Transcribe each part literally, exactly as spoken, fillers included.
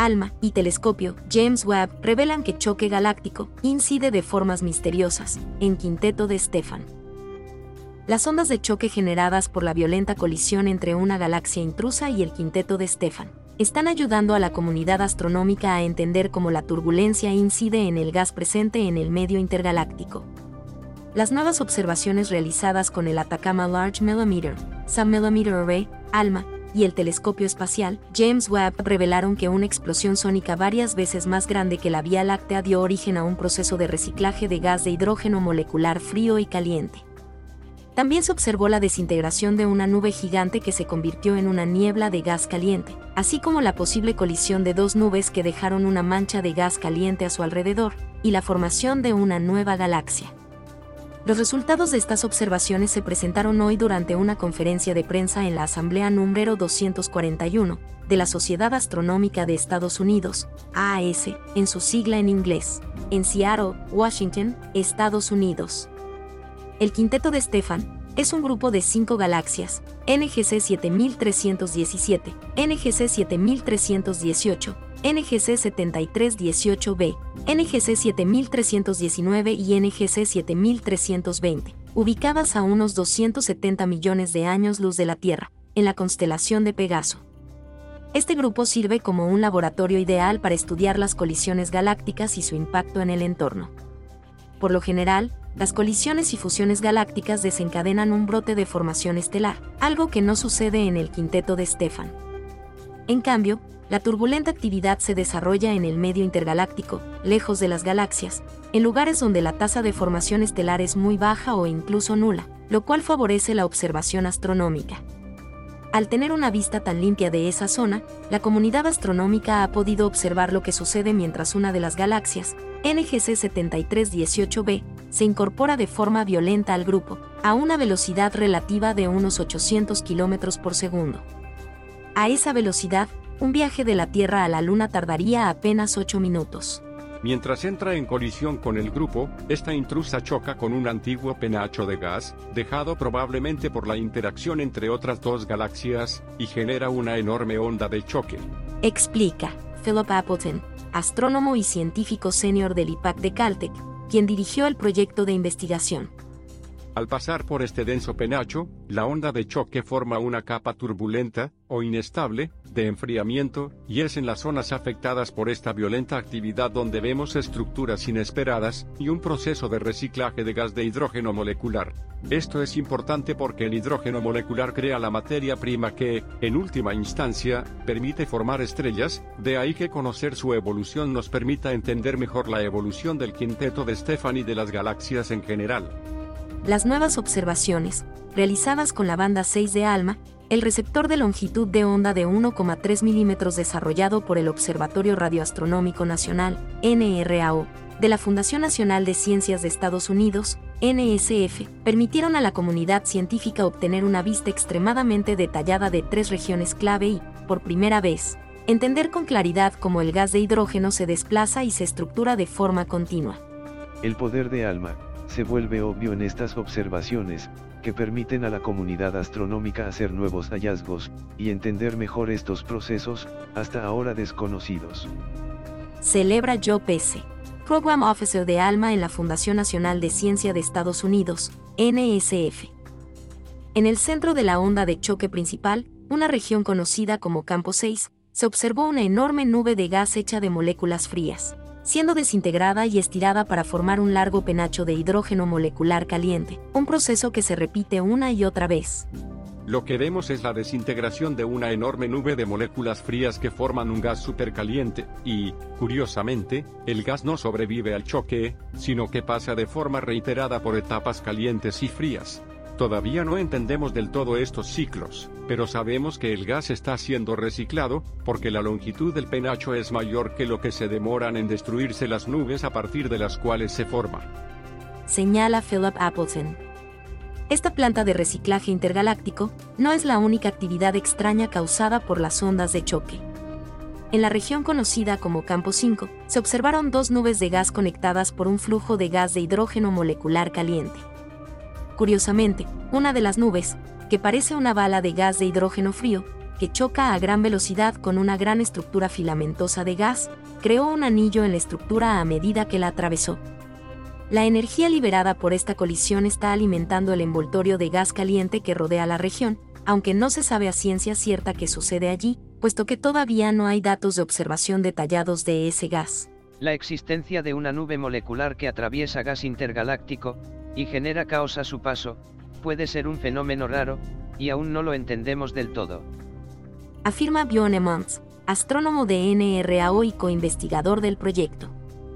ALMA, y telescopio James Webb revelan que choque galáctico incide de formas misteriosas en quinteto de Stefan. Las ondas de choque generadas por la violenta colisión entre una galaxia intrusa y el quinteto de Stefan están ayudando a la comunidad astronómica a entender cómo la turbulencia incide en el gas presente en el medio intergaláctico. Las nuevas observaciones realizadas con el Atacama Large Millimeter Submillimeter Array, ALMA, y el telescopio espacial James Webb revelaron que una explosión sónica varias veces más grande que la Vía Láctea dio origen a un proceso de reciclaje de gas de hidrógeno molecular frío y caliente. También se observó la desintegración de una nube gigante que se convirtió en una niebla de gas caliente, así como la posible colisión de dos nubes que dejaron una mancha de gas caliente a su alrededor, y la formación de una nueva galaxia. Los resultados de estas observaciones se presentaron hoy durante una conferencia de prensa en la Asamblea número doscientos cuarenta y uno de la Sociedad Astronómica de Estados Unidos, A A S, en su sigla en inglés, en Seattle, Washington, Estados Unidos. El quinteto de Stefan es un grupo de cinco galaxias, N G C siete mil trescientos diecisiete, N G C siete mil trescientos dieciocho, N G C setenta y tres dieciocho b, N G C siete mil trescientos diecinueve y N G C siete mil trescientos veinte, ubicadas a unos doscientos setenta millones de años luz de la Tierra, en la constelación de Pegaso. Este grupo sirve como un laboratorio ideal para estudiar las colisiones galácticas y su impacto en el entorno. Por lo general, las colisiones y fusiones galácticas desencadenan un brote de formación estelar, algo que no sucede en el quinteto de Stefan. En cambio, la turbulenta actividad se desarrolla en el medio intergaláctico, lejos de las galaxias, en lugares donde la tasa de formación estelar es muy baja o incluso nula, lo cual favorece la observación astronómica. Al tener una vista tan limpia de esa zona, la comunidad astronómica ha podido observar lo que sucede mientras una de las galaxias, N G C setenta y tres dieciocho b, se incorpora de forma violenta al grupo, a una velocidad relativa de unos ochocientos kilómetros por segundo. A esa velocidad, un viaje de la Tierra a la Luna tardaría apenas ocho minutos. Mientras entra en colisión con el grupo, esta intrusa choca con un antiguo penacho de gas, dejado probablemente por la interacción entre otras dos galaxias, y genera una enorme onda de choque. Explica Philip Appleton, astrónomo y científico senior del I P A C de Caltech, quien dirigió el proyecto de investigación. Al pasar por este denso penacho, la onda de choque forma una capa turbulenta, o inestable, de enfriamiento, y es en las zonas afectadas por esta violenta actividad donde vemos estructuras inesperadas, y un proceso de reciclaje de gas de hidrógeno molecular. Esto es importante porque el hidrógeno molecular crea la materia prima que, en última instancia, permite formar estrellas, de ahí que conocer su evolución nos permita entender mejor la evolución del quinteto de Stefan y de las galaxias en general. Las nuevas observaciones, realizadas con la banda seis de ALMA, el receptor de longitud de onda de uno coma tres milímetros desarrollado por el Observatorio Radioastronómico Nacional, N R A O, de la Fundación Nacional de Ciencias de Estados Unidos, N S F, permitieron a la comunidad científica obtener una vista extremadamente detallada de tres regiones clave y, por primera vez, entender con claridad cómo el gas de hidrógeno se desplaza y se estructura de forma continua. El poder de ALMA se vuelve obvio en estas observaciones, que permiten a la comunidad astronómica hacer nuevos hallazgos, y entender mejor estos procesos, hasta ahora desconocidos. Celebra Joe Pese, Program Officer de ALMA en la Fundación Nacional de Ciencia de Estados Unidos, N S F. En el centro de la onda de choque principal, una región conocida como Campo seis, se observó una enorme nube de gas hecha de moléculas frías, siendo desintegrada y estirada para formar un largo penacho de hidrógeno molecular caliente, un proceso que se repite una y otra vez. Lo que vemos es la desintegración de una enorme nube de moléculas frías que forman un gas supercaliente, y, curiosamente, el gas no sobrevive al choque, sino que pasa de forma reiterada por etapas calientes y frías. Todavía no entendemos del todo estos ciclos, pero sabemos que el gas está siendo reciclado, porque la longitud del penacho es mayor que lo que se demoran en destruirse las nubes a partir de las cuales se forma. Señala Philip Appleton. Esta planta de reciclaje intergaláctico no es la única actividad extraña causada por las ondas de choque. En la región conocida como Campo cinco, se observaron dos nubes de gas conectadas por un flujo de gas de hidrógeno molecular caliente. Curiosamente, una de las nubes, que parece una bala de gas de hidrógeno frío, que choca a gran velocidad con una gran estructura filamentosa de gas, creó un anillo en la estructura a medida que la atravesó. La energía liberada por esta colisión está alimentando el envoltorio de gas caliente que rodea la región, aunque no se sabe a ciencia cierta qué sucede allí, puesto que todavía no hay datos de observación detallados de ese gas. La existencia de una nube molecular que atraviesa gas intergaláctico, y genera caos a su paso, puede ser un fenómeno raro, y aún no lo entendemos del todo. Afirma Bjorn Emmons, astrónomo de N R A O y coinvestigador del proyecto.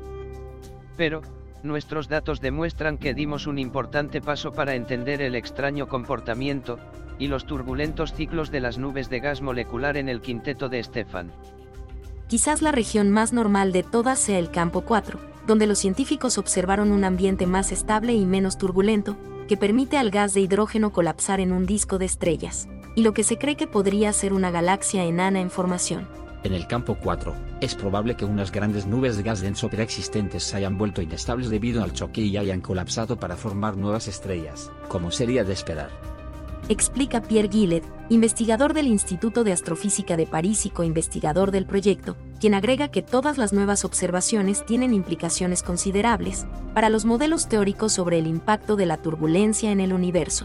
Pero, nuestros datos demuestran que dimos un importante paso para entender el extraño comportamiento, y los turbulentos ciclos de las nubes de gas molecular en el quinteto de Stefan. Quizás la región más normal de todas sea el campo cuatro, donde los científicos observaron un ambiente más estable y menos turbulento, que permite al gas de hidrógeno colapsar en un disco de estrellas, y lo que se cree que podría ser una galaxia enana en formación. En el campo cuatro, es probable que unas grandes nubes de gas denso preexistentes se hayan vuelto inestables debido al choque y hayan colapsado para formar nuevas estrellas, como sería de esperar. Explica Pierre Gillet, investigador del Instituto de Astrofísica de París y coinvestigador del proyecto, quien agrega que todas las nuevas observaciones tienen implicaciones considerables para los modelos teóricos sobre el impacto de la turbulencia en el universo.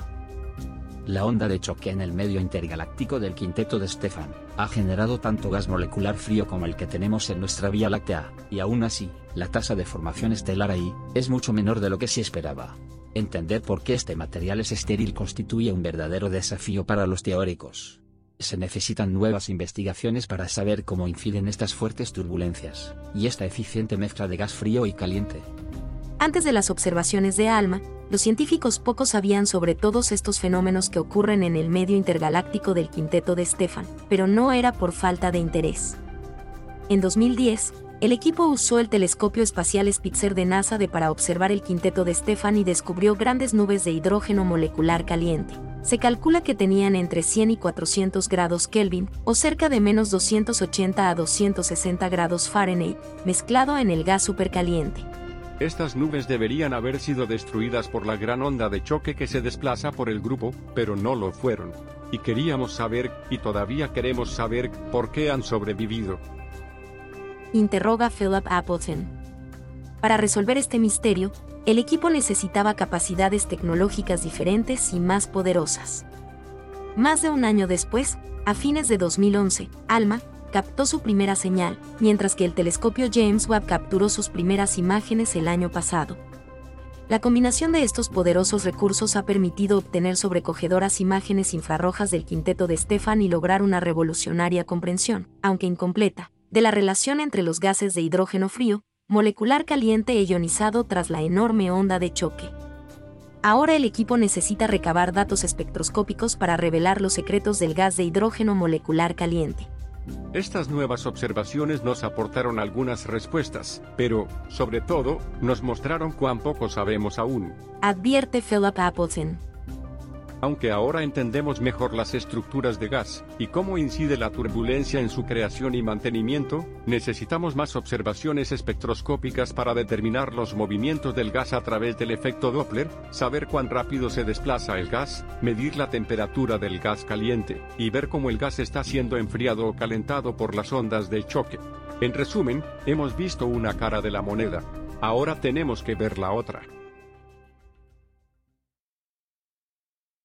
La onda de choque en el medio intergaláctico del quinteto de Stefan ha generado tanto gas molecular frío como el que tenemos en nuestra Vía Láctea, y aún así, la tasa de formación estelar ahí es mucho menor de lo que se esperaba. Entender por qué este material es estéril constituye un verdadero desafío para los teóricos. Se necesitan nuevas investigaciones para saber cómo inciden estas fuertes turbulencias, y esta eficiente mezcla de gas frío y caliente. Antes de las observaciones de ALMA, los científicos poco sabían sobre todos estos fenómenos que ocurren en el medio intergaláctico del quinteto de Stefan, pero no era por falta de interés. En dos mil diez, el equipo usó el telescopio espacial Spitzer de NASA de para observar el quinteto de Stefan y descubrió grandes nubes de hidrógeno molecular caliente. Se calcula que tenían entre cien y cuatrocientos grados Kelvin, o cerca de menos doscientos ochenta a doscientos sesenta grados Fahrenheit, mezclado en el gas supercaliente. Estas nubes deberían haber sido destruidas por la gran onda de choque que se desplaza por el grupo, pero no lo fueron. Y queríamos saber, y todavía queremos saber, por qué han sobrevivido. Interroga Philip Appleton. Para resolver este misterio, el equipo necesitaba capacidades tecnológicas diferentes y más poderosas. Más de un año después, a fines de dos mil once, ALMA captó su primera señal, mientras que el telescopio James Webb capturó sus primeras imágenes el año pasado. La combinación de estos poderosos recursos ha permitido obtener sobrecogedoras imágenes infrarrojas del quinteto de Stefan y lograr una revolucionaria comprensión, aunque incompleta, de la relación entre los gases de hidrógeno frío, molecular caliente e ionizado tras la enorme onda de choque. Ahora el equipo necesita recabar datos espectroscópicos para revelar los secretos del gas de hidrógeno molecular caliente. Estas nuevas observaciones nos aportaron algunas respuestas, pero, sobre todo, nos mostraron cuán poco sabemos aún. Advierte Philip Appleton. Aunque ahora entendemos mejor las estructuras de gas, y cómo incide la turbulencia en su creación y mantenimiento, necesitamos más observaciones espectroscópicas para determinar los movimientos del gas a través del efecto Doppler, saber cuán rápido se desplaza el gas, medir la temperatura del gas caliente, y ver cómo el gas está siendo enfriado o calentado por las ondas de choque. En resumen, hemos visto una cara de la moneda. Ahora tenemos que ver la otra.